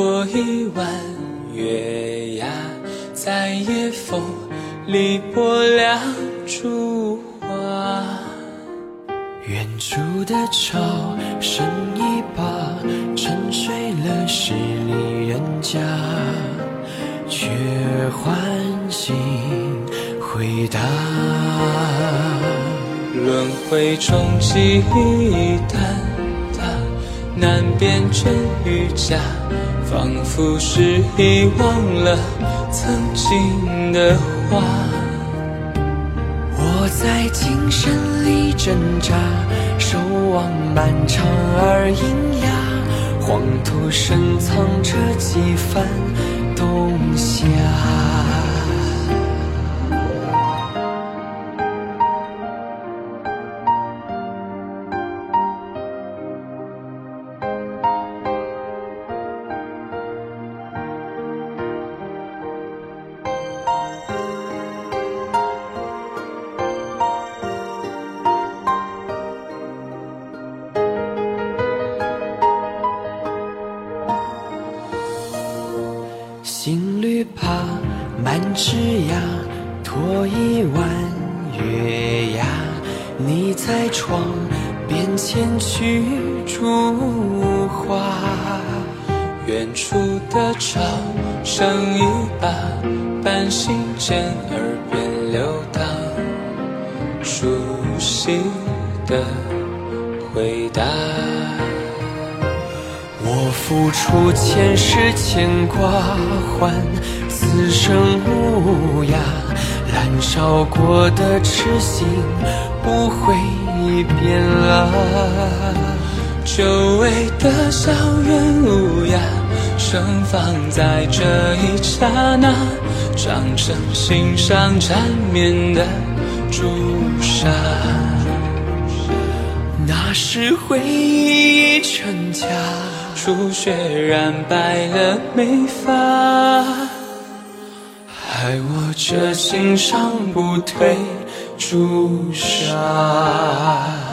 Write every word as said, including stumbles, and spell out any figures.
托一弯月牙，在夜风里拨两株花。 远处的潮声一把沉睡了十里人家，却唤醒回答。 轮回中记忆淡淡，难辨真与假，仿佛是遗忘了曾经的话。 我在精神里挣扎，守望漫长而阴哑，黄土深藏着几番冬夏。新绿帕满枝桠，托一弯月牙。你在窗边牵去烛花， 远处的潮声一把，半信件耳边流淌，熟悉的回答。 我付出前世牵挂，换此生无涯。燃烧过的痴心不会变老， 久违的校园无涯，盛放在这一刹那，长成心上缠绵的朱砂。 那是回忆成家， 初雪染白了眉发，害我这心上不退朱砂。